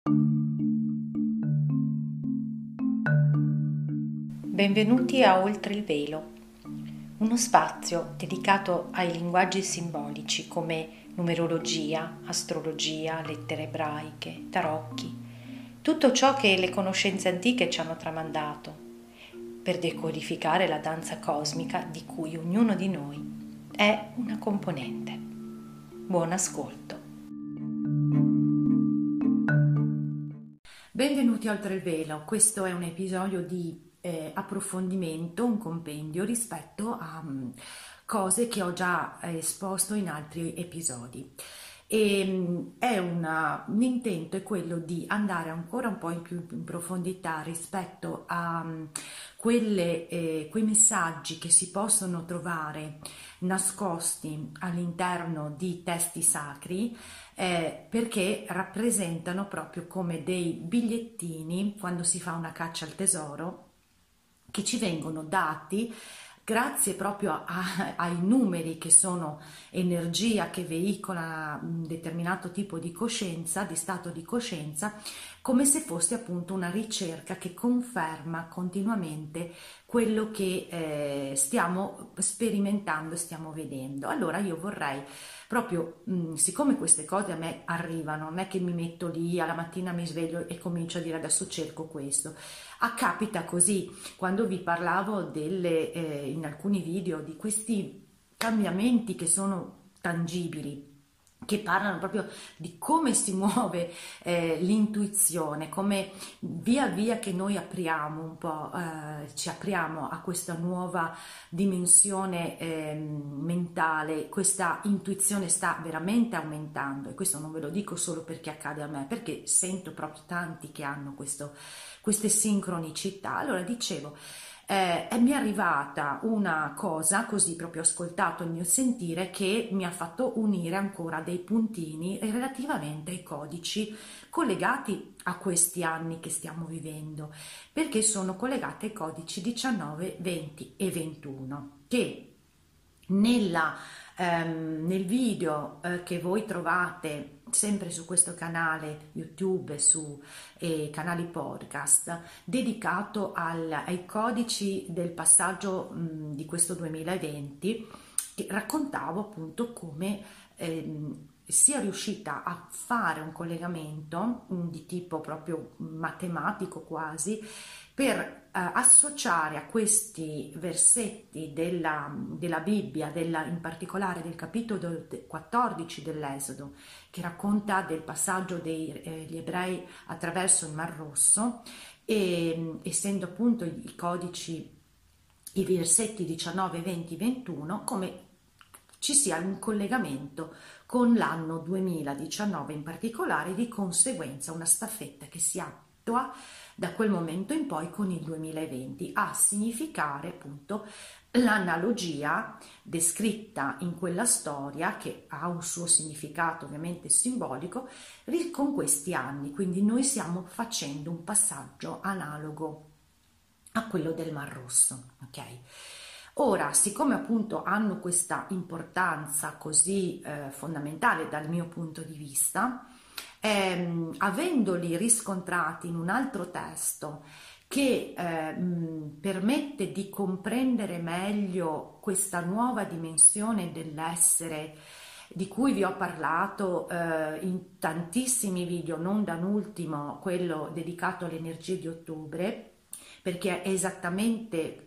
Benvenuti a Oltre il Velo, uno spazio dedicato ai linguaggi simbolici come numerologia, astrologia, lettere ebraiche, tarocchi, tutto ciò che le conoscenze antiche ci hanno tramandato, per decodificare la danza cosmica di cui ognuno di noi è una componente. Buon ascolto. Benvenuti a Oltre il Velo, questo è un episodio di approfondimento, un compendio rispetto a cose che ho già esposto in altri episodi. Un intento è quello di andare ancora un po' in più in profondità rispetto a quei messaggi che si possono trovare nascosti all'interno di testi sacri, perché rappresentano proprio come dei bigliettini quando si fa una caccia al tesoro che ci vengono dati grazie proprio ai numeri che sono energia che veicola un determinato tipo di coscienza, di stato di coscienza, come se fosse appunto una ricerca che conferma continuamente quello che stiamo sperimentando, stiamo vedendo. Allora io vorrei proprio, siccome queste cose a me arrivano, non è che mi metto lì alla mattina, mi sveglio e comincio a dire adesso cerco questo. Capita così, quando vi parlavo in alcuni video di questi cambiamenti che sono tangibili, che parlano proprio di come si muove l'intuizione, come via via che noi apriamo un po', ci apriamo a questa nuova dimensione mentale, questa intuizione sta veramente aumentando, e questo non ve lo dico solo perché accade a me, perché sento proprio tanti che hanno queste sincronicità. Allora dicevo, mi è arrivata una cosa, così proprio ho ascoltato il mio sentire, che mi ha fatto unire ancora dei puntini relativamente ai codici collegati a questi anni che stiamo vivendo, perché sono collegati ai codici 19, 20 e 21 che nel video che voi trovate sempre su questo canale YouTube e su canali podcast dedicato ai codici del passaggio di questo 2020, che raccontavo appunto come sia riuscita a fare un collegamento di tipo proprio matematico quasi, per associare a questi versetti della Bibbia, in particolare del capitolo 14 dell'Esodo, che racconta del passaggio degli ebrei attraverso il Mar Rosso, e essendo appunto i codici, i versetti 19, 20, 21, come ci sia un collegamento con l'anno 2019 in particolare, di conseguenza una staffetta che si attua da quel momento in poi con il 2020, a significare appunto l'analogia descritta in quella storia, che ha un suo significato ovviamente simbolico, con questi anni. Quindi noi stiamo facendo un passaggio analogo a quello del Mar Rosso, ok? Ora, siccome appunto hanno questa importanza così fondamentale dal mio punto di vista, avendoli riscontrati in un altro testo che permette di comprendere meglio questa nuova dimensione dell'essere di cui vi ho parlato in tantissimi video, non da ultimo quello dedicato alle energie di ottobre, perché è esattamente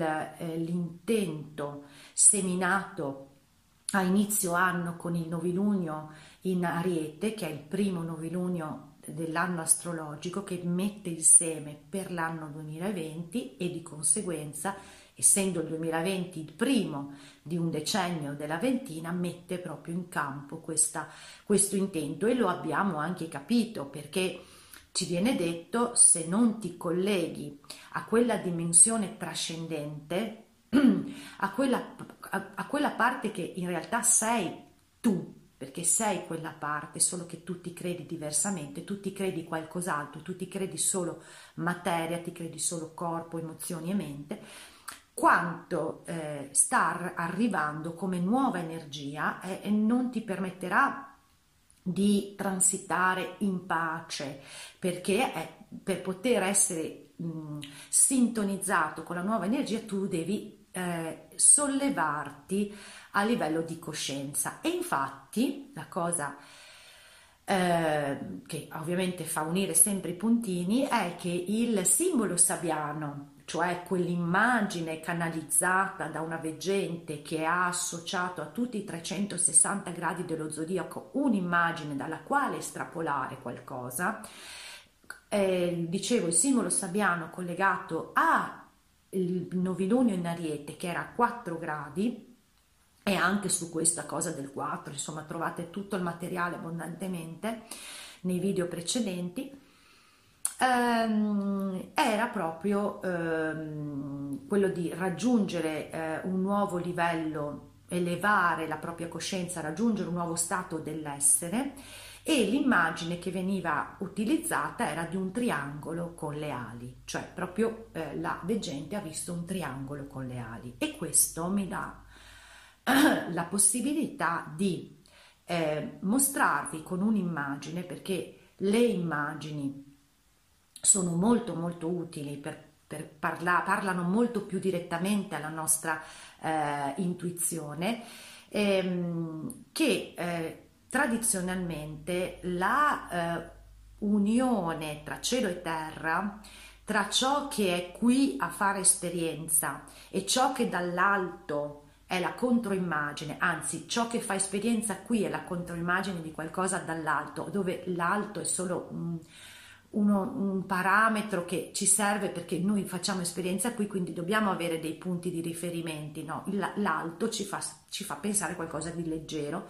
l'intento seminato a inizio anno con il novilunio in Ariete, che è il primo novilunio dell'anno astrologico, che mette il seme per l'anno 2020, e di conseguenza, essendo il 2020 il primo di un decennio della ventina, mette proprio in campo questo intento, e lo abbiamo anche capito, perché ci viene detto: se non ti colleghi a quella dimensione trascendente, a quella parte che in realtà sei tu, perché sei quella parte, solo che tu ti credi diversamente, tu ti credi qualcos'altro, tu ti credi solo materia, ti credi solo corpo, emozioni e mente, quanto sta arrivando come nuova energia, e non ti permetterà di transitare in pace, perché per poter essere sintonizzato con la nuova energia tu devi sollevarti a livello di coscienza. E infatti la cosa che ovviamente fa unire sempre i puntini è che il simbolo sabbiano, cioè quell'immagine canalizzata da una veggente che ha associato a tutti i 360 gradi dello zodiaco un'immagine dalla quale estrapolare qualcosa, dicevo, il simbolo sabbiano collegato a il novilunio in Ariete che era a 4 gradi, e anche su questa cosa del 4, insomma, trovate tutto il materiale abbondantemente nei video precedenti. Era proprio quello di raggiungere un nuovo livello, elevare la propria coscienza, raggiungere un nuovo stato dell'essere, e l'immagine che veniva utilizzata era di un triangolo con le ali, cioè proprio la veggente ha visto un triangolo con le ali, e questo mi dà la possibilità di mostrarvi con un'immagine, perché le immagini sono molto molto utili parlano molto più direttamente alla nostra intuizione, che tradizionalmente la unione tra cielo e terra, tra ciò che è qui a fare esperienza e ciò che dall'alto è la controimmagine, anzi ciò che fa esperienza qui è la controimmagine di qualcosa dall'alto, dove l'alto è solo un parametro che ci serve perché noi facciamo esperienza qui, quindi dobbiamo avere dei punti di riferimento, no? L'alto ci fa pensare qualcosa di leggero,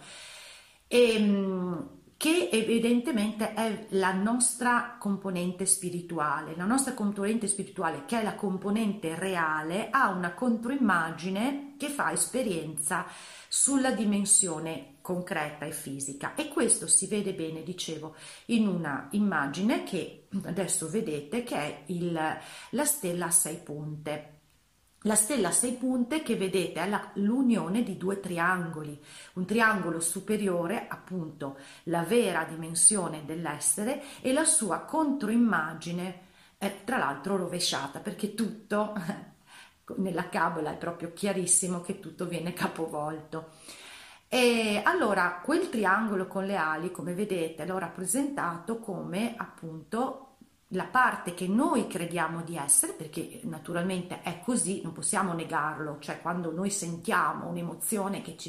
che evidentemente è la nostra componente spirituale. La nostra componente spirituale, che è la componente reale, ha una controimmagine che fa esperienza sulla dimensione concreta e fisica, e questo si vede bene, dicevo, in una immagine che adesso vedete, che è la stella a 6 punte. La stella a 6 punte che vedete è l'unione di due triangoli, un triangolo superiore, appunto la vera dimensione dell'essere, e la sua controimmagine, tra l'altro rovesciata, perché tutto nella Kabbalah è proprio chiarissimo che tutto viene capovolto. E allora quel triangolo con le ali, come vedete, l'ho rappresentato come appunto la parte che noi crediamo di essere, perché naturalmente è così, non possiamo negarlo, cioè quando noi sentiamo un'emozione che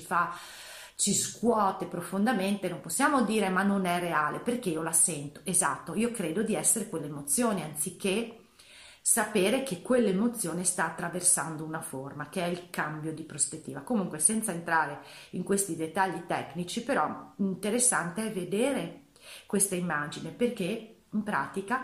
ci scuote profondamente, non possiamo dire ma non è reale, perché io la sento, esatto, io credo di essere quell'emozione, anziché sapere che quell'emozione sta attraversando una forma, che è il cambio di prospettiva. Comunque, senza entrare in questi dettagli tecnici, però interessante è vedere questa immagine, perché in pratica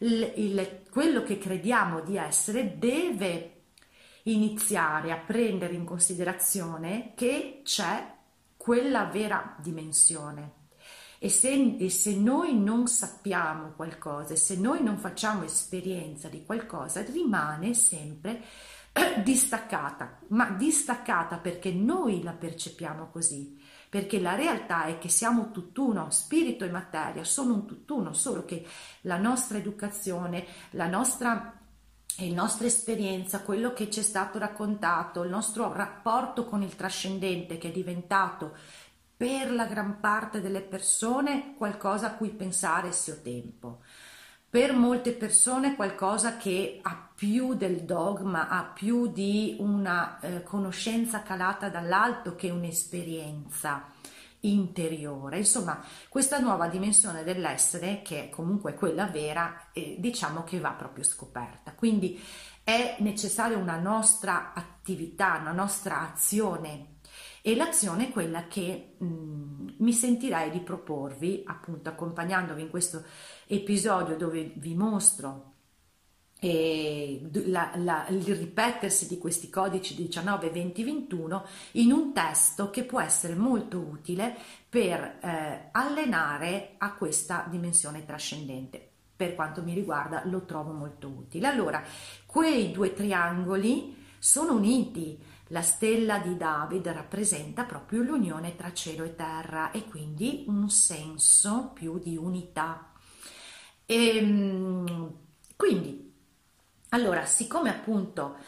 quello che crediamo di essere deve iniziare a prendere in considerazione che c'è quella vera dimensione. E se noi non sappiamo qualcosa, e se noi non facciamo esperienza di qualcosa, rimane sempre distaccata, ma distaccata perché noi la percepiamo così, perché la realtà è che siamo tutt'uno, spirito e materia sono un tutt'uno, solo che la nostra educazione, la nostra esperienza, quello che ci è stato raccontato, il nostro rapporto con il trascendente, che è diventato per la gran parte delle persone qualcosa a cui pensare se ho tempo, per molte persone qualcosa che ha più del dogma, ha più di una conoscenza calata dall'alto che un'esperienza interiore. Insomma, questa nuova dimensione dell'essere, che è comunque quella vera, diciamo che va proprio scoperta. Quindi è necessaria una nostra attività, una nostra azione, e l'azione è quella che mi sentirei di proporvi, appunto accompagnandovi in questo episodio dove vi mostro il ripetersi di questi codici 19, 20, 21 in un testo che può essere molto utile per allenare a questa dimensione trascendente. Per quanto mi riguarda lo trovo molto utile. Allora, quei due triangoli sono uniti. La stella di David rappresenta proprio l'unione tra cielo e terra e quindi un senso più di unità. Quindi, allora, siccome appunto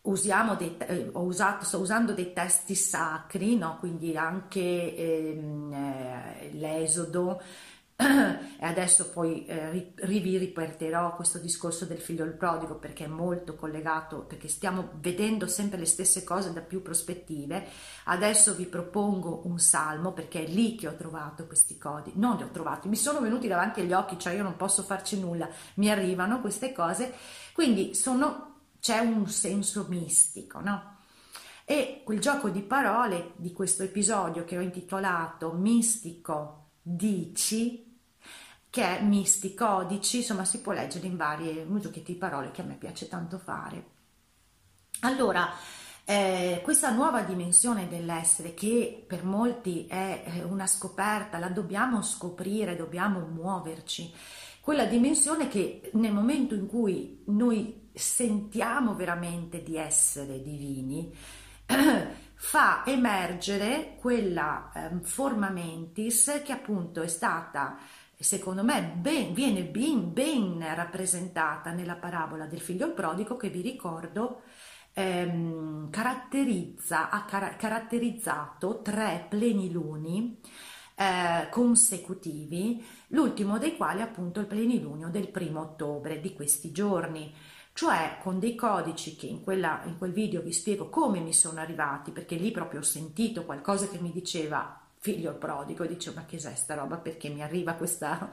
sto usando dei testi sacri, no? Quindi anche l'Esodo, e adesso poi vi ripeterò questo discorso del figlio il prodigo perché è molto collegato, perché stiamo vedendo sempre le stesse cose da più prospettive. Adesso vi propongo un salmo perché è lì che ho trovato questi codi, non li ho trovati, mi sono venuti davanti agli occhi, cioè io non posso farci nulla, mi arrivano queste cose, quindi c'è un senso mistico, no? E quel gioco di parole di questo episodio che ho intitolato Mistico Dici, che è misticodici, insomma si può leggere in vari giochetti di parole che a me piace tanto fare. Allora, questa nuova dimensione dell'essere che per molti è una scoperta, la dobbiamo scoprire, dobbiamo muoverci, quella dimensione che nel momento in cui noi sentiamo veramente di essere divini, fa emergere quella forma mentis che appunto è stata, secondo me, viene ben rappresentata nella parabola del figlio prodigo che vi ricordo ha caratterizzato 3 pleniluni consecutivi, l'ultimo dei quali appunto il plenilunio del 1° ottobre di questi giorni, cioè con dei codici che in quel video vi spiego come mi sono arrivati, perché lì proprio ho sentito qualcosa che mi diceva figlio il prodigo, e dicevo ma che è sta roba, perché mi arriva questa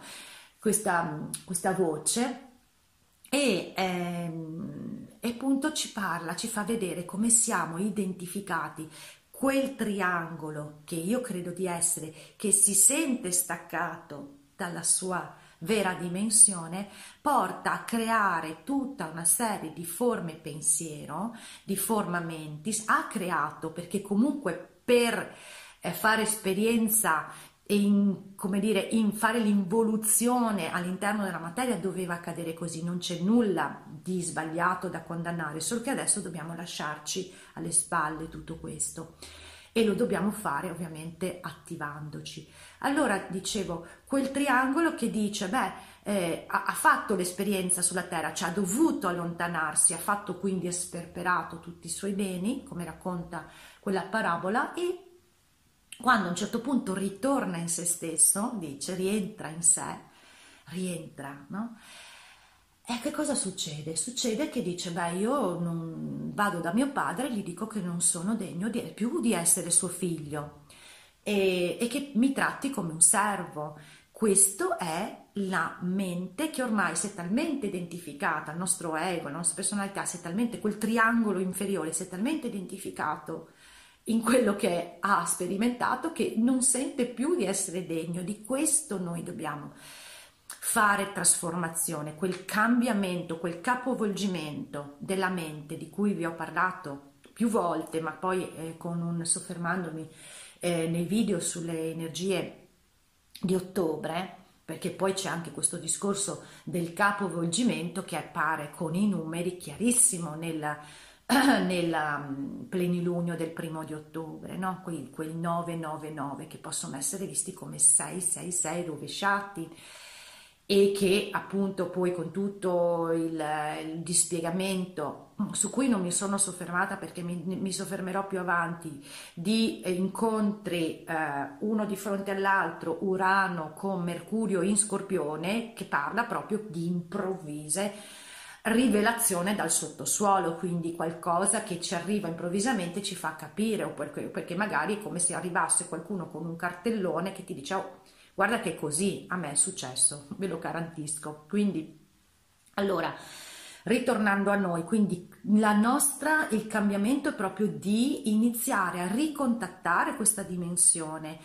voce e appunto ci fa vedere come siamo identificati, quel triangolo che io credo di essere, che si sente staccato dalla sua vera dimensione, porta a creare tutta una serie di forme pensiero, di forma mentis, ha creato, perché comunque per fare esperienza e in fare l'involuzione all'interno della materia doveva accadere così, non c'è nulla di sbagliato da condannare, solo che adesso dobbiamo lasciarci alle spalle tutto questo e lo dobbiamo fare ovviamente attivandoci. Allora dicevo, quel triangolo che dice, ha fatto l'esperienza sulla terra, ci ha dovuto allontanarsi, ha fatto quindi sperperato tutti i suoi beni, come racconta quella parabola, e quando a un certo punto ritorna in se stesso, dice, rientra in sé, rientra, no? E che cosa succede? Succede che dice, io non vado da mio padre e gli dico che non sono degno più di essere suo figlio e che mi tratti come un servo. Questo è la mente che ormai si è talmente identificata, il nostro ego, la nostra personalità, si è talmente, quel triangolo inferiore si è talmente identificato in quello che ha sperimentato che non sente più di essere degno. Di questo noi dobbiamo fare trasformazione, quel cambiamento, quel capovolgimento della mente di cui vi ho parlato più volte, ma poi soffermandomi nei video sulle energie di ottobre, perché poi c'è anche questo discorso del capovolgimento che appare con i numeri chiarissimo nel plenilunio del 1° ottobre, no? Quel 999 che possono essere visti come 666 rovesciati e che appunto poi con tutto il dispiegamento su cui non mi sono soffermata perché mi soffermerò più avanti, di incontri uno di fronte all'altro, Urano con Mercurio in Scorpione, che parla proprio di improvvise rivelazione dal sottosuolo, quindi qualcosa che ci arriva improvvisamente, ci fa capire, o perché magari è come se arrivasse qualcuno con un cartellone che ti dice oh, guarda che così a me è successo, ve lo garantisco. Quindi allora, ritornando a noi, quindi il cambiamento è proprio di iniziare a ricontattare questa dimensione,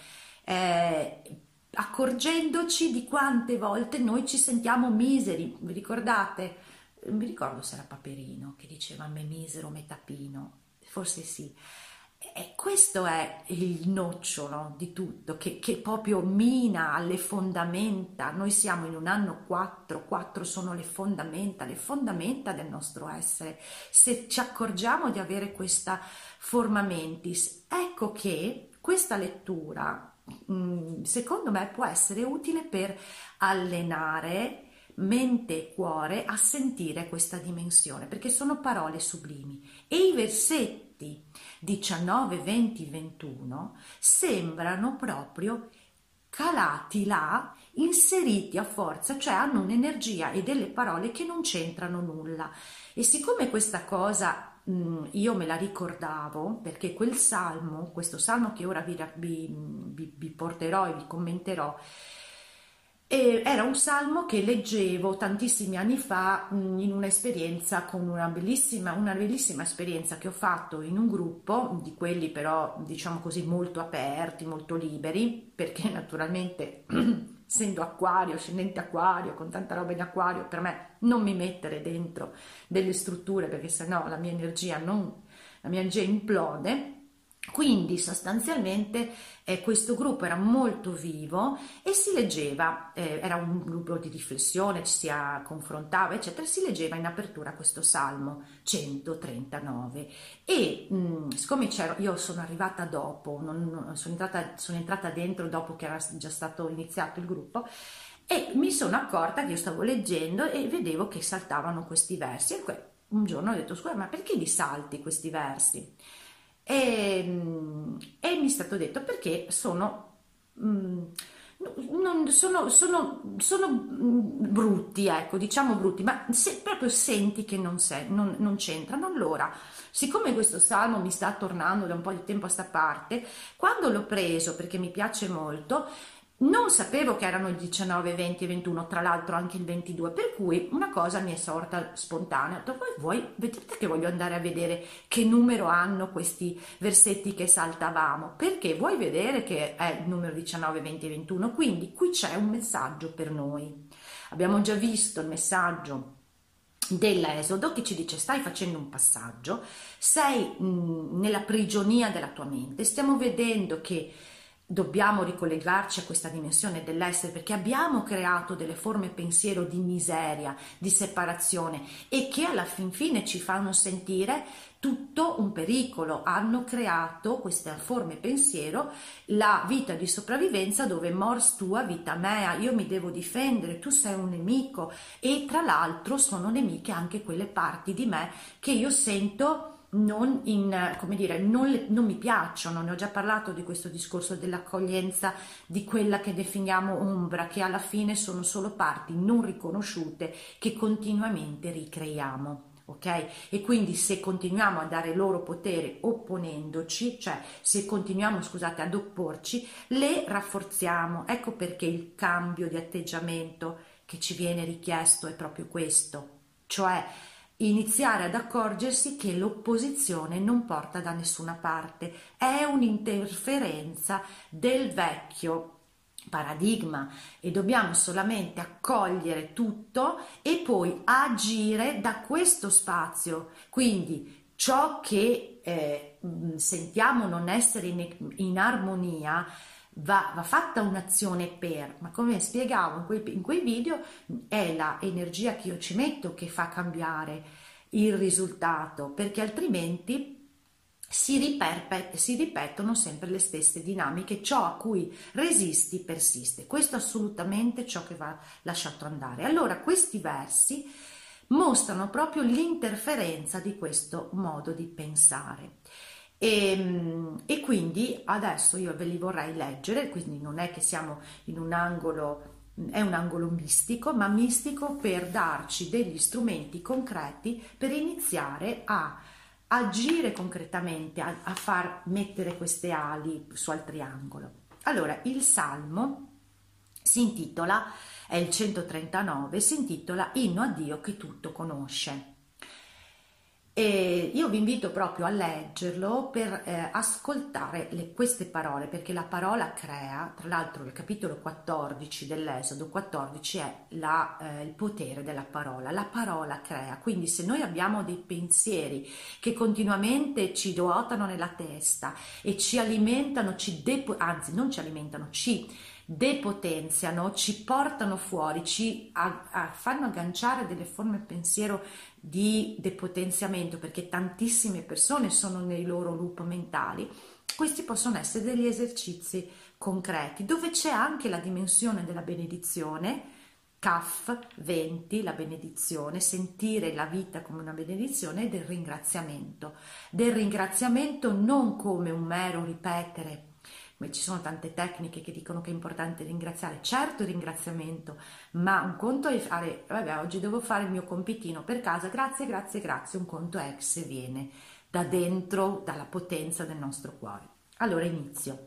accorgendoci di quante volte noi ci sentiamo miseri. Vi ricordate? Non mi ricordo se era Paperino che diceva me misero, me tapino, forse sì. E questo è il nocciolo di tutto, che proprio mina alle fondamenta. Noi siamo in un anno 4, 4 sono le fondamenta del nostro essere. Se ci accorgiamo di avere questa forma mentis, ecco che questa lettura, secondo me, può essere utile per allenare mente e cuore a sentire questa dimensione, perché sono parole sublimi. E i versetti 19, 20, 21 sembrano proprio calati là, inseriti a forza, cioè hanno un'energia e delle parole che non c'entrano nulla. E siccome questa cosa io me la ricordavo, perché quel salmo, questo salmo che ora vi porterò e vi commenterò, era un salmo che leggevo tantissimi anni fa in un'esperienza con una bellissima esperienza che ho fatto in un gruppo di quelli però diciamo così molto aperti, molto liberi, perché naturalmente essendo acquario, scendente acquario, con tanta roba in acquario, per me non mi mettere dentro delle strutture perché sennò la mia energia implode. Quindi sostanzialmente questo gruppo era molto vivo e si leggeva, era un gruppo di riflessione, ci si confrontava, eccetera, si leggeva in apertura questo Salmo 139 e siccome io sono arrivata dopo, sono entrata dentro dopo che era già stato iniziato il gruppo e mi sono accorta che io stavo leggendo e vedevo che saltavano questi versi e un giorno ho detto, scusa, ma perché li salti questi versi? E mi è stato detto perché sono brutti, ecco, diciamo brutti, ma se proprio senti che non c'entrano, allora, siccome questo salmo mi sta tornando da un po' di tempo a sta parte, quando l'ho preso, perché mi piace molto, non sapevo che erano il 19, 20 e 21, tra l'altro anche il 22, per cui una cosa mi è sorta spontanea. Ho detto, voi vedete che voglio andare a vedere che numero hanno questi versetti che saltavamo, perché vuoi vedere che è il numero 19, 20 e 21, quindi qui c'è un messaggio per noi. Abbiamo già visto il messaggio dell'Esodo che ci dice stai facendo un passaggio, sei nella prigionia della tua mente, stiamo vedendo che dobbiamo ricollegarci a questa dimensione dell'essere perché abbiamo creato delle forme pensiero di miseria, di separazione e che alla fin fine ci fanno sentire tutto un pericolo. Hanno creato queste forme pensiero la vita di sopravvivenza dove mors tua vita mea, io mi devo difendere, tu sei un nemico e tra l'altro sono nemiche anche quelle parti di me che io sento come dire, non mi piacciono. Ne ho già parlato di questo discorso dell'accoglienza di quella che definiamo ombra, che alla fine sono solo parti non riconosciute che continuamente ricreiamo. Ok? E quindi se continuiamo a dare loro potere opponendoci, cioè se continuiamo, scusate, ad opporci, le rafforziamo. Ecco perché il cambio di atteggiamento che ci viene richiesto è proprio questo, cioè iniziare ad accorgersi che l'opposizione non porta da nessuna parte, è un'interferenza del vecchio paradigma e dobbiamo solamente accogliere tutto e poi agire da questo spazio. Quindi ciò che sentiamo non essere in armonia va fatta un'azione ma come spiegavo in quei video è la energia che io ci metto che fa cambiare il risultato, perché altrimenti si ripetono sempre le stesse dinamiche, ciò a cui resisti persiste. Questo è assolutamente ciò che va lasciato andare. Allora questi versi mostrano proprio l'interferenza di questo modo di pensare. E quindi adesso io ve li vorrei leggere, quindi non è che siamo in un angolo, è un angolo mistico, ma mistico per darci degli strumenti concreti per iniziare a agire concretamente, a far mettere queste ali su al triangolo. Allora, il Salmo si intitola, è il 139, si intitola Inno a Dio che tutto conosce. E io vi invito proprio a leggerlo per ascoltare queste parole, perché la parola crea. Tra l'altro il capitolo 14 dell'Esodo 14 è il potere della parola. La parola crea, quindi se noi abbiamo dei pensieri che continuamente ci ruotano nella testa e ci alimentano, anzi non ci alimentano, ci depotenziano, ci portano fuori, fanno agganciare delle forme pensiero di depotenziamento, perché tantissime persone sono nei loro loop mentali. Questi possono essere degli esercizi concreti dove c'è anche la dimensione della benedizione, CAF 20, la benedizione, sentire la vita come una benedizione, e del ringraziamento non come un mero ripetere. Ci sono tante tecniche che dicono che è importante ringraziare, certo il ringraziamento, ma un conto è fare, vabbè, oggi devo fare il mio compitino per casa, grazie, grazie, grazie, un conto è se viene da dentro, dalla potenza del nostro cuore. Allora inizio.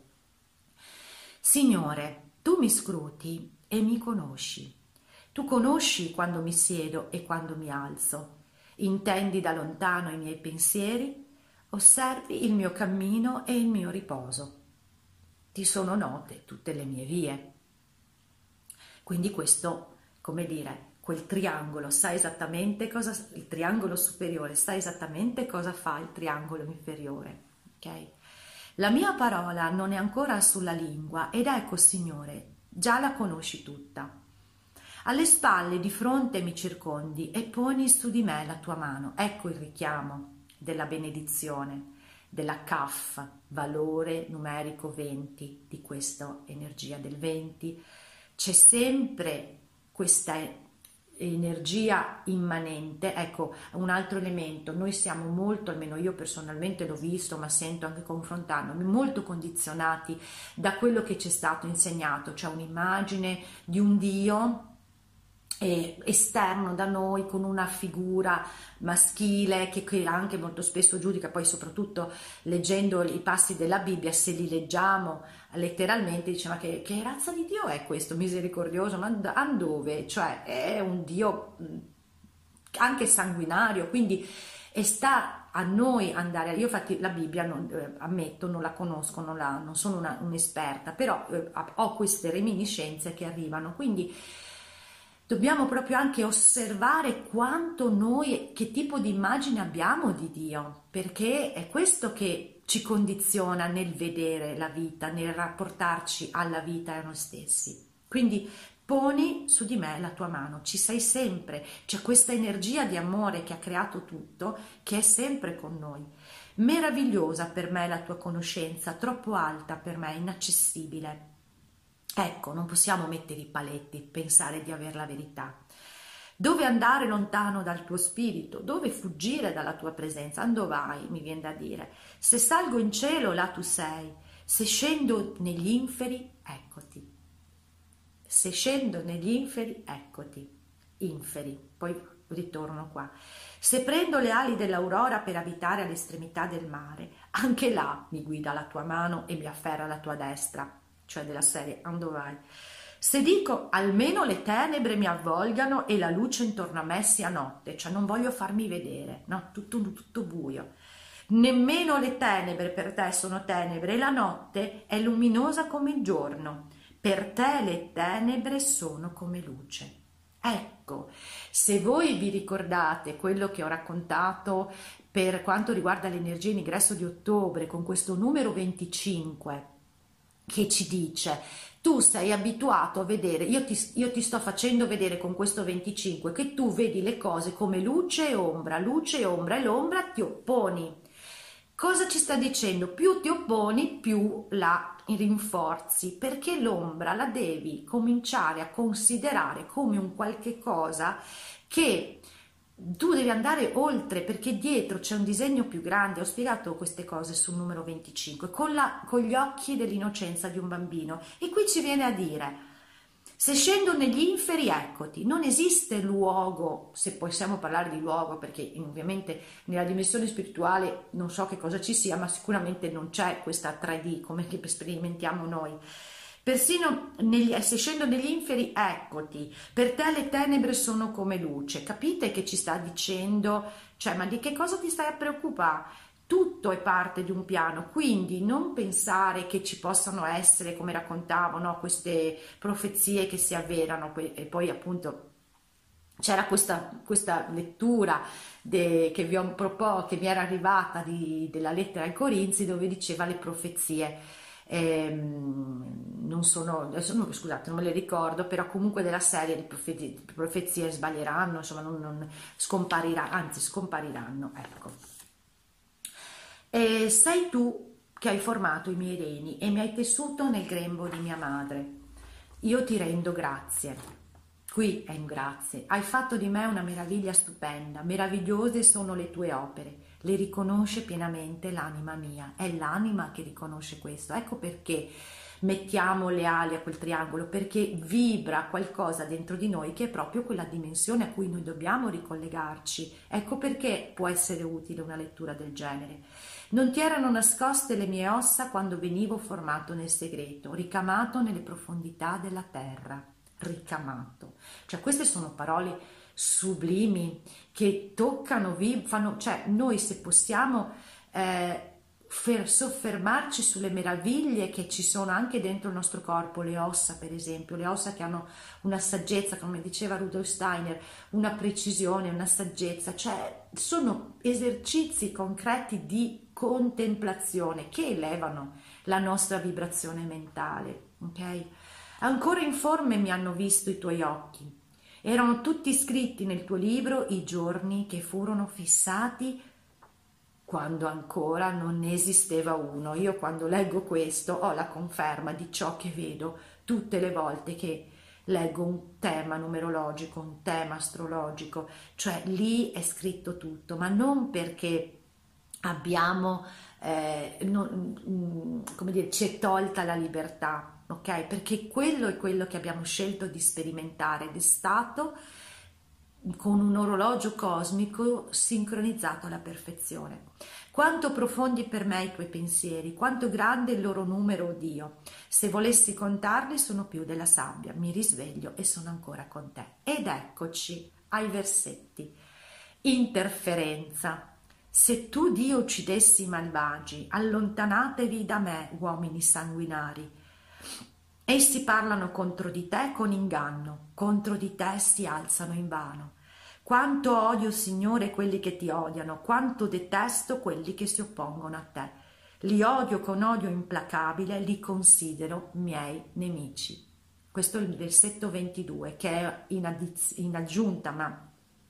Signore, tu mi scruti e mi conosci. Tu conosci quando mi siedo e quando mi alzo. Intendi da lontano i miei pensieri, osservi il mio cammino e il mio riposo. Ti sono note tutte le mie vie. Quindi questo, come dire, quel triangolo sa esattamente cosa, il triangolo superiore sa esattamente cosa fa il triangolo inferiore, ok? La mia parola non è ancora sulla lingua ed ecco, Signore, già la conosci tutta. Alle spalle, di fronte mi circondi e poni su di me la tua mano. Ecco il richiamo della benedizione, della CAF, valore numerico 20, di questa energia del 20. C'è sempre questa energia immanente. Ecco, un altro elemento, noi siamo molto, almeno io personalmente l'ho visto, ma sento anche confrontandomi, molto condizionati da quello che ci è stato insegnato, cioè un'immagine di un Dio esterno da noi, con una figura maschile che anche molto spesso giudica, poi soprattutto leggendo i passi della Bibbia, se li leggiamo letteralmente, dice: ma che razza di Dio è questo misericordioso, ma dove? Cioè è un Dio anche sanguinario, quindi e sta a noi andare. Io infatti la Bibbia ammetto non la conosco, non sono un'esperta, però ho queste reminiscenze che arrivano, quindi dobbiamo proprio anche osservare quanto noi, che tipo di immagine abbiamo di Dio, perché è questo che ci condiziona nel vedere la vita, nel rapportarci alla vita e a noi stessi. Quindi poni su di me la tua mano, ci sei sempre, c'è questa energia di amore che ha creato tutto, che è sempre con noi. Meravigliosa per me la tua conoscenza, troppo alta per me, inaccessibile. Ecco, non possiamo mettere i paletti, pensare di avere la verità. Dove andare lontano dal tuo spirito? Dove fuggire dalla tua presenza? Ando vai, mi viene da dire. Se salgo in cielo, là tu sei. Se scendo negli inferi, eccoti. Se scendo negli inferi, eccoti. Inferi, poi ritorno qua. Se prendo le ali dell'aurora per abitare all'estremità del mare, anche là mi guida la tua mano e mi afferra la tua destra. Cioè della serie, ando vai. Se dico almeno le tenebre mi avvolgano e la luce intorno a me sia notte, cioè non voglio farmi vedere, no? Tutto buio. Nemmeno le tenebre per te sono tenebre e la notte è luminosa come il giorno. Per te le tenebre sono come luce. Ecco, se voi vi ricordate quello che ho raccontato per quanto riguarda l'energia in ingresso di ottobre con questo numero 25, che ci dice: tu sei abituato a vedere, io ti sto facendo vedere con questo 25 che tu vedi le cose come luce e ombra, e l'ombra ti opponi. Cosa ci sta dicendo? Più ti opponi, più la rinforzi, perché l'ombra la devi cominciare a considerare come un qualche cosa che tu devi andare oltre, perché dietro c'è un disegno più grande. Ho spiegato queste cose sul numero 25 con gli occhi dell'innocenza di un bambino, e qui ci viene a dire: se scendo negli inferi, eccoti. Non esiste luogo, se possiamo parlare di luogo, perché ovviamente nella dimensione spirituale non so che cosa ci sia, ma sicuramente non c'è questa 3D come che sperimentiamo noi. persino se scendo negli inferi, eccoti, per te le tenebre sono come luce. Capite che ci sta dicendo? Cioè, ma di che cosa ti stai a preoccupare? Tutto è parte di un piano, quindi non pensare che ci possano essere, come raccontavo, no, queste profezie che si avverano, e poi appunto c'era questa lettura che vi ho che mi era arrivata della lettera ai Corinzi, dove diceva le profezie. Non sono, adesso scusate, non me le ricordo, però comunque della serie di profezie sbaglieranno, insomma, non scompariranno, anzi scompariranno, ecco. Sei tu che hai formato i miei reni e mi hai tessuto nel grembo di mia madre. Io ti rendo grazie. Qui è un grazie. Hai fatto di me una meraviglia stupenda, meravigliose sono le tue opere. Le riconosce pienamente l'anima mia. È l'anima che riconosce questo. Ecco perché mettiamo le ali a quel triangolo, perché vibra qualcosa dentro di noi che è proprio quella dimensione a cui noi dobbiamo ricollegarci. Ecco perché può essere utile una lettura del genere. Non ti erano nascoste le mie ossa quando venivo formato nel segreto, ricamato nelle profondità della terra. Ricamato. Cioè, queste sono parole sublimi che toccano, fanno, cioè noi se possiamo soffermarci sulle meraviglie che ci sono anche dentro il nostro corpo, le ossa per esempio, le ossa che hanno una saggezza, come diceva Rudolf Steiner, una precisione, una saggezza, cioè sono esercizi concreti di contemplazione che elevano la nostra vibrazione mentale, ok? Ancora informe mi hanno visto i tuoi occhi. Erano tutti scritti nel tuo libro i giorni che furono fissati quando ancora non ne esisteva uno. Io quando leggo questo ho la conferma di ciò che vedo tutte le volte che leggo un tema numerologico, un tema astrologico, cioè lì è scritto tutto, ma non perché abbiamo, come dire, ci è tolta la libertà. Ok, perché quello è quello che abbiamo scelto di sperimentare ed è stato con un orologio cosmico sincronizzato alla perfezione. Quanto profondi per me i tuoi pensieri, quanto grande il loro numero, oh Dio. Se volessi contarli sono più della sabbia, mi risveglio e sono ancora con te. Ed eccoci ai versetti. Interferenza. Se tu, Dio, uccidessi i malvagi, allontanatevi da me, uomini sanguinari. Essi parlano contro di te con inganno, contro di te si alzano invano. Quanto odio, Signore, quelli che ti odiano, quanto detesto quelli che si oppongono a te. Li odio con odio implacabile, li considero miei nemici. Questo è il versetto 22, che è in aggiunta, ma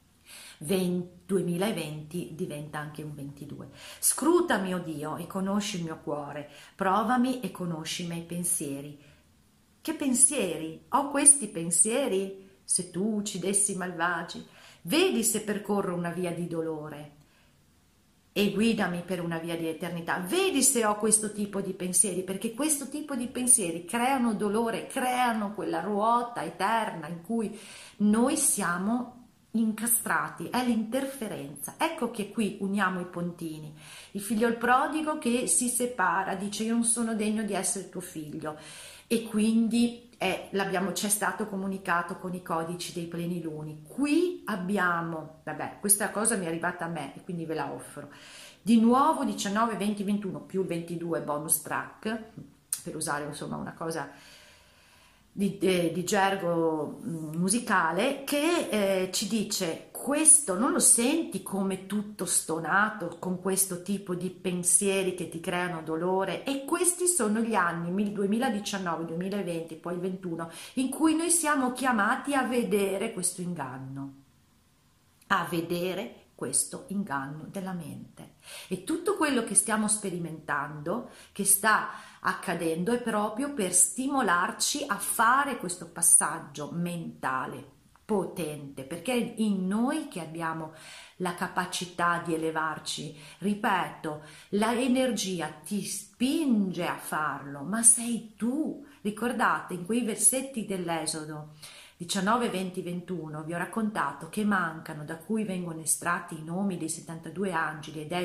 2020 diventa anche un 22. Scrutami, o Dio, e conosci il mio cuore, provami e conosci i miei pensieri. Che pensieri? Ho questi pensieri? Se tu uccidessi i malvagi, vedi se percorro una via di dolore e guidami per una via di eternità. Vedi se ho questo tipo di pensieri, perché questo tipo di pensieri creano dolore, creano quella ruota eterna in cui noi siamo incastrati, è l'interferenza. Ecco che qui uniamo i puntini. Il figlio il prodigo che si separa, dice io non sono degno di essere tuo figlio, e quindi c'è stato comunicato con i codici dei pleniluni. Qui abbiamo, vabbè, questa cosa mi è arrivata a me e quindi ve la offro. Di nuovo 19, 20, 21 più il 22 bonus track, per usare insomma una cosa di gergo musicale, che ci dice: questo non lo senti come tutto stonato con questo tipo di pensieri che ti creano dolore? E questi sono gli anni 2019, 2020, poi il 21, in cui noi siamo chiamati a vedere questo inganno, a vedere questo inganno della mente. E tutto quello che stiamo sperimentando, che sta accadendo, è proprio per stimolarci a fare questo passaggio mentale potente, perché è in noi che abbiamo la capacità di elevarci. Ripeto, la energia ti spinge a farlo, ma sei tu. Ricordate in quei versetti dell'Esodo, 19, 20, 21 vi ho raccontato che mancano, da cui vengono estratti i nomi dei 72 angeli ed è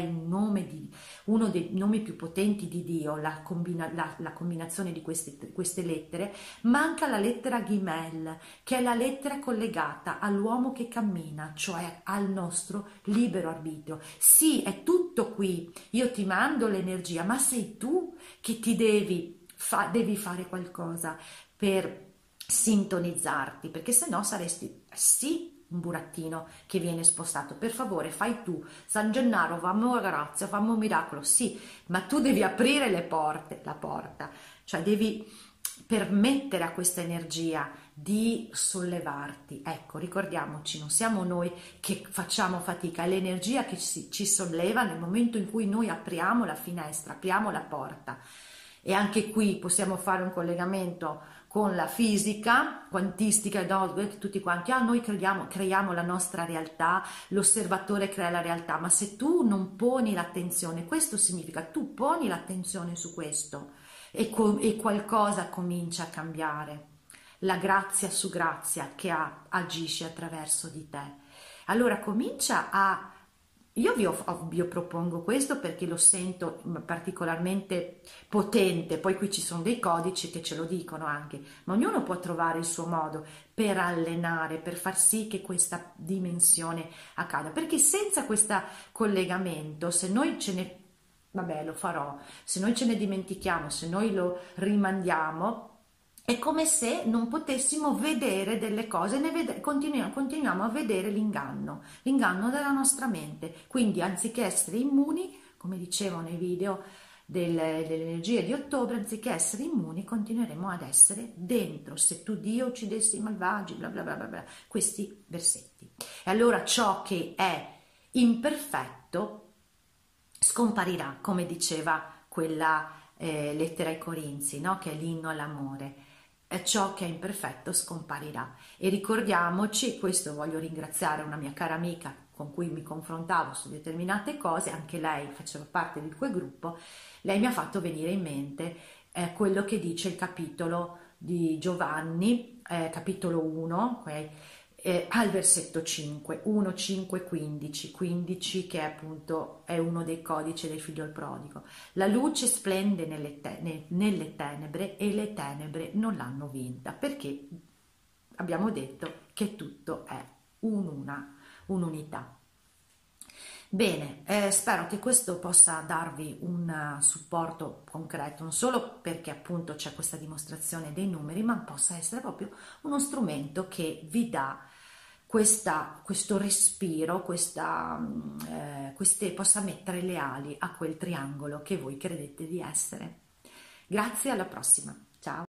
uno dei nomi più potenti di Dio, la combinazione di queste lettere, manca la lettera Gimel, che è la lettera collegata all'uomo che cammina, cioè al nostro libero arbitrio. Sì, è tutto qui, io ti mando l'energia, ma sei tu che ti devi fare qualcosa per sintonizzarti, perché se no saresti sì un burattino che viene spostato. Per favore, fai tu, San Gennaro, fammi una grazia, fammi un miracolo, sì, ma tu devi aprire la porta, cioè devi permettere a questa energia di sollevarti. Ecco, ricordiamoci, non siamo noi che facciamo fatica, è l'energia che ci solleva nel momento in cui noi apriamo la finestra, apriamo la porta. E anche qui possiamo fare un collegamento con la fisica quantistica, no? Tutti quanti, noi creiamo la nostra realtà, l'osservatore crea la realtà, ma se tu non poni l'attenzione, questo significa tu poni l'attenzione su questo e qualcosa comincia a cambiare, la grazia su grazia che agisce attraverso di te. Allora comincia a io vi propongo questo perché lo sento particolarmente potente, poi qui ci sono dei codici che ce lo dicono anche, ma ognuno può trovare il suo modo per allenare, per far sì che questa dimensione accada, perché senza questo collegamento, se noi ce ne, vabbè lo farò, se noi ce ne dimentichiamo, se noi lo rimandiamo, è come se non potessimo vedere delle cose, continuiamo a vedere l'inganno della nostra mente. Quindi anziché essere immuni, come dicevo nei video delle energie di ottobre, anziché essere immuni continueremo ad essere dentro. Se tu Dio uccidessi i malvagi, bla bla bla bla bla, questi versetti. E allora ciò che è imperfetto scomparirà, come diceva quella lettera ai Corinzi, no? Che è l'inno all'amore. Ciò che è imperfetto scomparirà. E ricordiamoci, questo voglio ringraziare una mia cara amica con cui mi confrontavo su determinate cose, anche lei faceva parte di quel gruppo, lei mi ha fatto venire in mente quello che dice il capitolo di Giovanni, capitolo 1, al versetto 5, 1, 5, 15, 15 che è appunto è uno dei codici del figlio al prodigo. La luce splende nelle tenebre e le tenebre non l'hanno vinta, perché abbiamo detto che tutto è un'unità. Bene, spero che questo possa darvi un supporto concreto, non solo perché appunto c'è questa dimostrazione dei numeri, ma possa essere proprio uno strumento che vi dà questo respiro, possa mettere le ali a quel triangolo che voi credete di essere. Grazie, alla prossima. Ciao.